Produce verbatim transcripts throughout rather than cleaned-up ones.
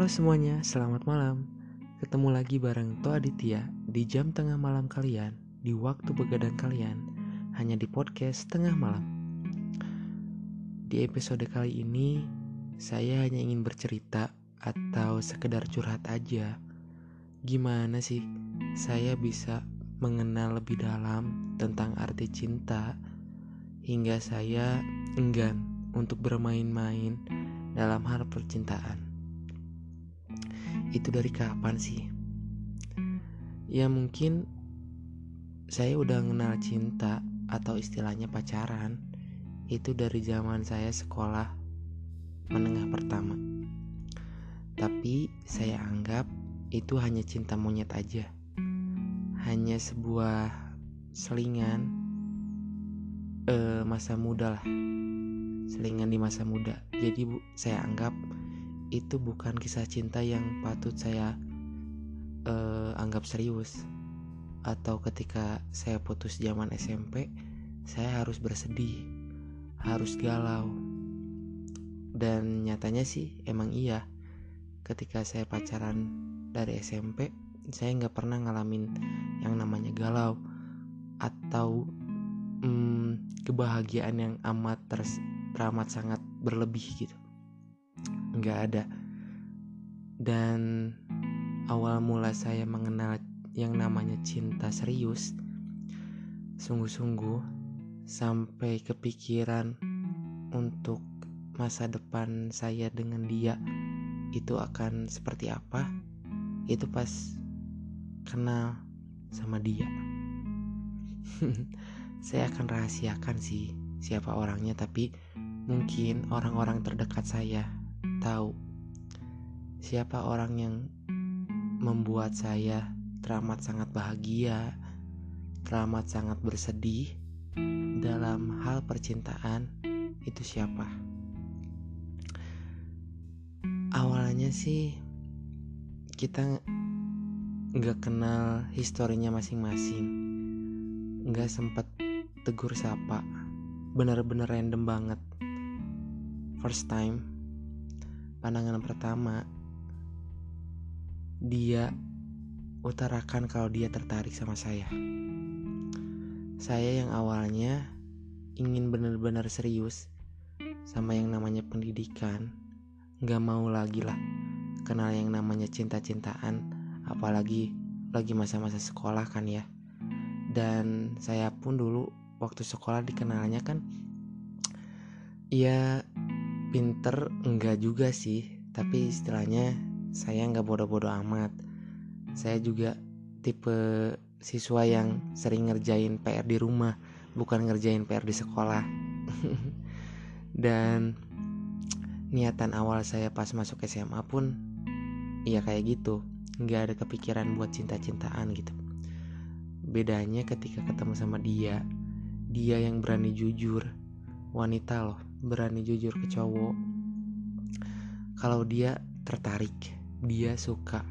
Halo semuanya, selamat malam. Ketemu lagi bareng To Aditya di jam tengah malam kalian, di waktu begadang kalian, hanya di podcast Tengah Malam. Di episode kali ini, saya hanya ingin bercerita atau sekedar curhat aja. Gimana sih saya bisa mengenal lebih dalam tentang arti cinta, hingga saya enggan untuk bermain-main dalam hal percintaan. Itu dari kapan sih? Ya mungkin saya udah kenal cinta atau istilahnya pacaran itu dari zaman saya sekolah menengah pertama. Tapi saya anggap itu hanya cinta monyet aja. Hanya sebuah selingan eh, masa muda lah. Selingan di masa muda. Jadi bu, saya anggap itu bukan kisah cinta yang patut saya uh, anggap serius. Atau ketika saya putus zaman S M P, saya harus bersedih, harus galau. Dan nyatanya sih emang iya, ketika saya pacaran dari S M P, saya gak pernah ngalamin yang namanya galau atau hmm, kebahagiaan yang amat ter- teramat sangat berlebih gitu. Gak ada. Dan awal mula saya mengenal yang namanya cinta serius, sungguh-sungguh sampai kepikiran untuk masa depan saya dengan dia itu akan seperti apa, itu pas kenal sama dia. Saya akan rahasiakan sih siapa orangnya, tapi mungkin orang-orang terdekat saya tahu siapa orang yang membuat saya teramat sangat bahagia, teramat sangat bersedih dalam hal percintaan. Itu siapa? Awalnya sih kita gak kenal historinya masing-masing, gak sempet tegur sapa, bener-bener random banget. First time, pandangan pertama, dia utarakan kalau dia tertarik sama saya. Saya yang awalnya ingin benar-benar serius sama yang namanya pendidikan, gak mau lagi lah kenal yang namanya cinta-cintaan, apalagi lagi masa-masa sekolah kan ya. Dan saya pun dulu waktu sekolah dikenalnya kan ya pinter enggak juga sih, tapi istilahnya saya gak bodoh-bodoh amat. Saya juga tipe siswa yang sering ngerjain P R di rumah, bukan ngerjain P R di sekolah. Dan niatan awal saya pas masuk S M A pun ya kayak gitu, gak ada kepikiran buat cinta-cintaan gitu. Bedanya ketika ketemu sama dia, dia yang berani jujur, wanita loh, berani jujur ke cowok kalau dia tertarik, dia suka,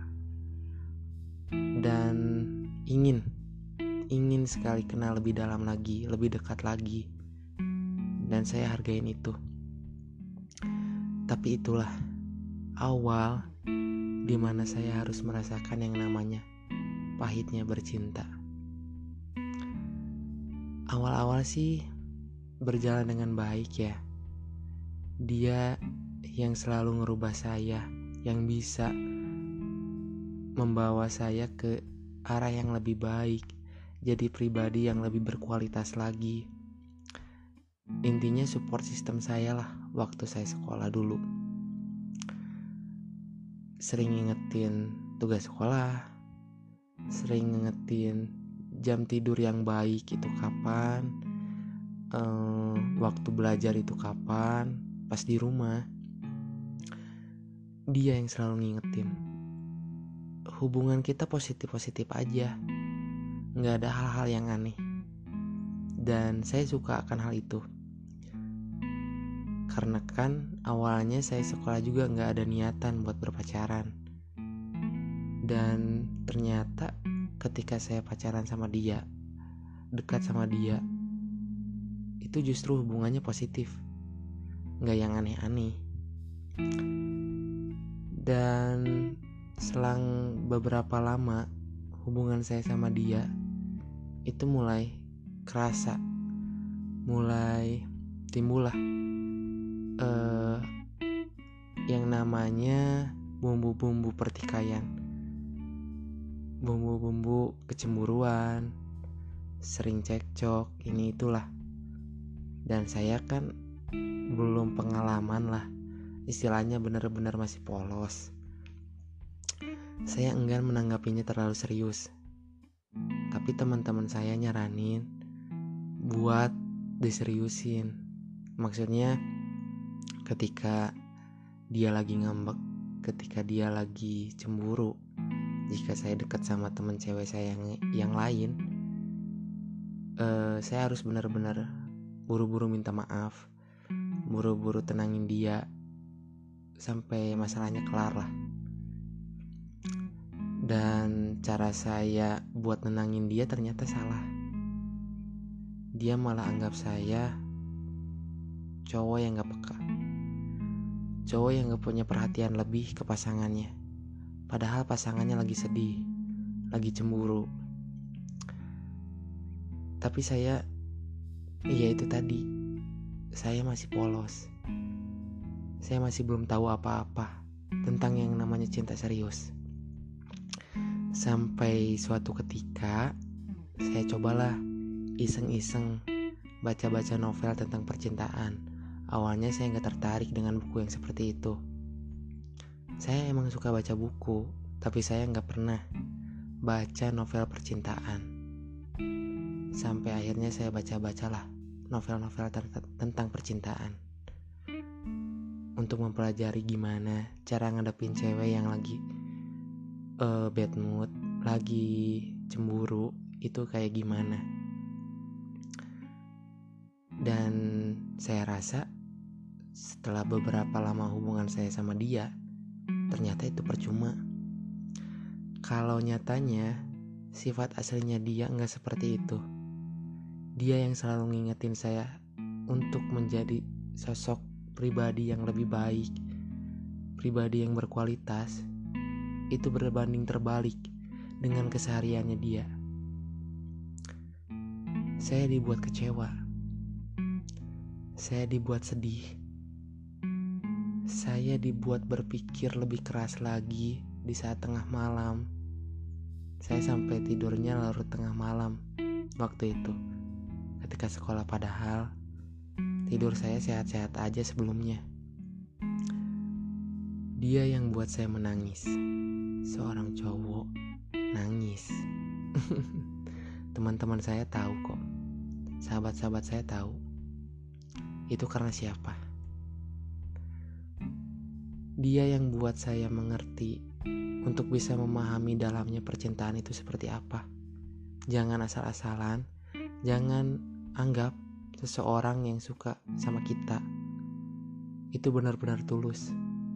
dan ingin ingin sekali kenal lebih dalam lagi, lebih dekat lagi. Dan saya hargain itu. Tapi itulah awal dimana saya harus merasakan yang namanya pahitnya bercinta. Awal-awal sih berjalan dengan baik ya. Dia yang selalu ngerubah saya, yang bisa membawa saya ke arah yang lebih baik, jadi pribadi yang lebih berkualitas lagi. Intinya support system saya lah waktu saya sekolah dulu. Sering ngingetin tugas sekolah, sering ngingetin jam tidur yang baik itu kapan, eh, waktu belajar itu kapan, pas di rumah. Dia yang selalu ngingetin. Hubungan kita positif-positif aja, gak ada hal-hal yang aneh. Dan saya suka akan hal itu, karena kan awalnya saya sekolah juga gak ada niatan buat berpacaran. Dan ternyata ketika saya pacaran sama dia, dekat sama dia, itu justru hubungannya positif, gak yang aneh-aneh. Dan selang beberapa lama hubungan saya sama dia itu mulai kerasa, mulai timbullah eh, yang namanya bumbu-bumbu pertikaian, bumbu-bumbu kecemburuan, sering cekcok, ini itulah. Dan saya kan belum pengalaman lah, istilahnya benar-benar masih polos. Saya enggan menanggapinya terlalu serius, tapi teman-teman saya nyaranin buat diseriusin. Maksudnya ketika dia lagi ngambek, ketika dia lagi cemburu, jika saya dekat sama teman cewek saya yang, yang lain, uh, saya harus benar-benar buru-buru minta maaf, buru-buru tenangin dia sampai masalahnya kelar lah. Dan cara saya buat nenangin dia ternyata salah. Dia malah anggap saya cowok yang gak peka, cowok yang gak punya perhatian lebih ke pasangannya, padahal pasangannya lagi sedih, lagi cemburu. Tapi saya, iya itu tadi, saya masih polos. Saya masih belum tahu apa-apa tentang yang namanya cinta serius. Sampai suatu ketika saya cobalah iseng-iseng baca-baca novel tentang percintaan. Awalnya saya gak tertarik dengan buku yang seperti itu. Saya emang suka baca buku, tapi saya gak pernah baca novel percintaan. Sampai akhirnya saya baca-bacalah novel-novel ter- tentang percintaan, untuk mempelajari gimana cara ngadepin cewek yang lagi uh, bad mood, lagi cemburu, itu kayak gimana. Dan saya rasa setelah beberapa lama hubungan saya sama dia, ternyata itu percuma. Kalau nyatanya sifat aslinya dia gak seperti itu. Dia yang selalu ngingetin saya untuk menjadi sosok pribadi yang lebih baik, pribadi yang berkualitas. Itu berbanding terbalik dengan kesehariannya dia. Saya dibuat kecewa, saya dibuat sedih, saya dibuat berpikir lebih keras lagi di saat tengah malam. Saya sampai tidurnya larut tengah malam waktu itu ketika sekolah, padahal tidur saya sehat-sehat aja sebelumnya. Dia yang buat saya menangis. Seorang cowok nangis. Teman-teman saya tahu kok, sahabat-sahabat saya tahu. Itu karena siapa? Dia yang buat saya mengerti untuk bisa memahami dalamnya percintaan itu seperti apa. Jangan asal-asalan, jangan anggap seseorang yang suka sama kita itu benar-benar tulus.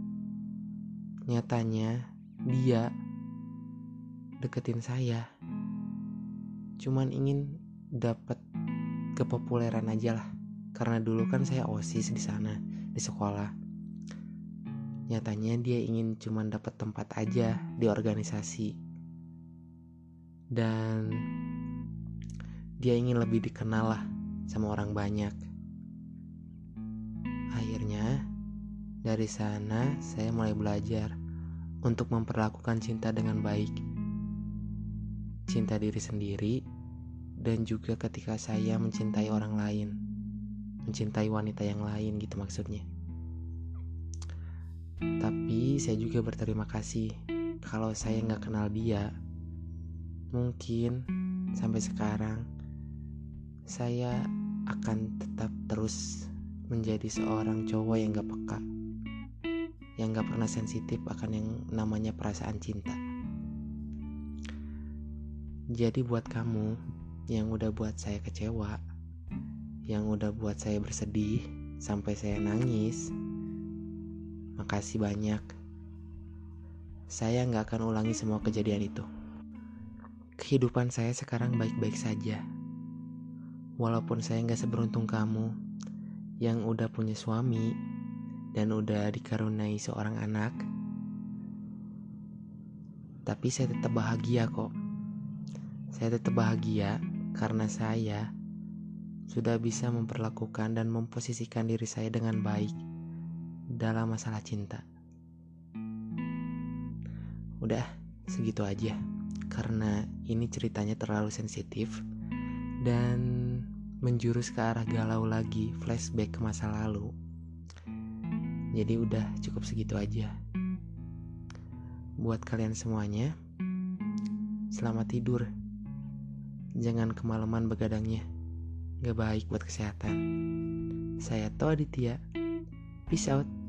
Nyatanya dia deketin saya cuman ingin dapat kepopuleran aja lah, karena dulu kan saya OSIS di sana di sekolah. Nyatanya dia ingin cuman dapat tempat aja di organisasi, dan dia ingin lebih dikenal lah sama orang banyak. Akhirnya dari sana saya mulai belajar untuk memperlakukan cinta dengan baik, cinta diri sendiri, dan juga ketika saya mencintai orang lain, mencintai wanita yang lain gitu maksudnya. Tapi saya juga berterima kasih, kalau saya gak kenal dia, mungkin sampai sekarang saya akan tetap terus menjadi seorang cowok yang gak peka, yang gak pernah sensitif akan yang namanya perasaan cinta. Jadi buat kamu yang udah buat saya kecewa, yang udah buat saya bersedih sampai saya nangis, makasih banyak. Saya gak akan ulangi semua kejadian itu. Kehidupan saya sekarang baik-baik saja. Walaupun saya gak seberuntung kamu yang udah punya suami dan udah dikaruniai seorang anak, Tapi saya tetap bahagia kok. Saya tetap bahagia karena saya sudah bisa memperlakukan dan memposisikan diri saya dengan baik dalam masalah cinta. Udah, segitu aja. Karena ini ceritanya terlalu sensitif dan menjurus ke arah galau lagi, flashback ke masa lalu. Jadi udah cukup segitu aja. Buat kalian semuanya, selamat tidur. Jangan kemalaman begadangnya, gak baik buat kesehatan. Saya Toa Aditya. Peace out.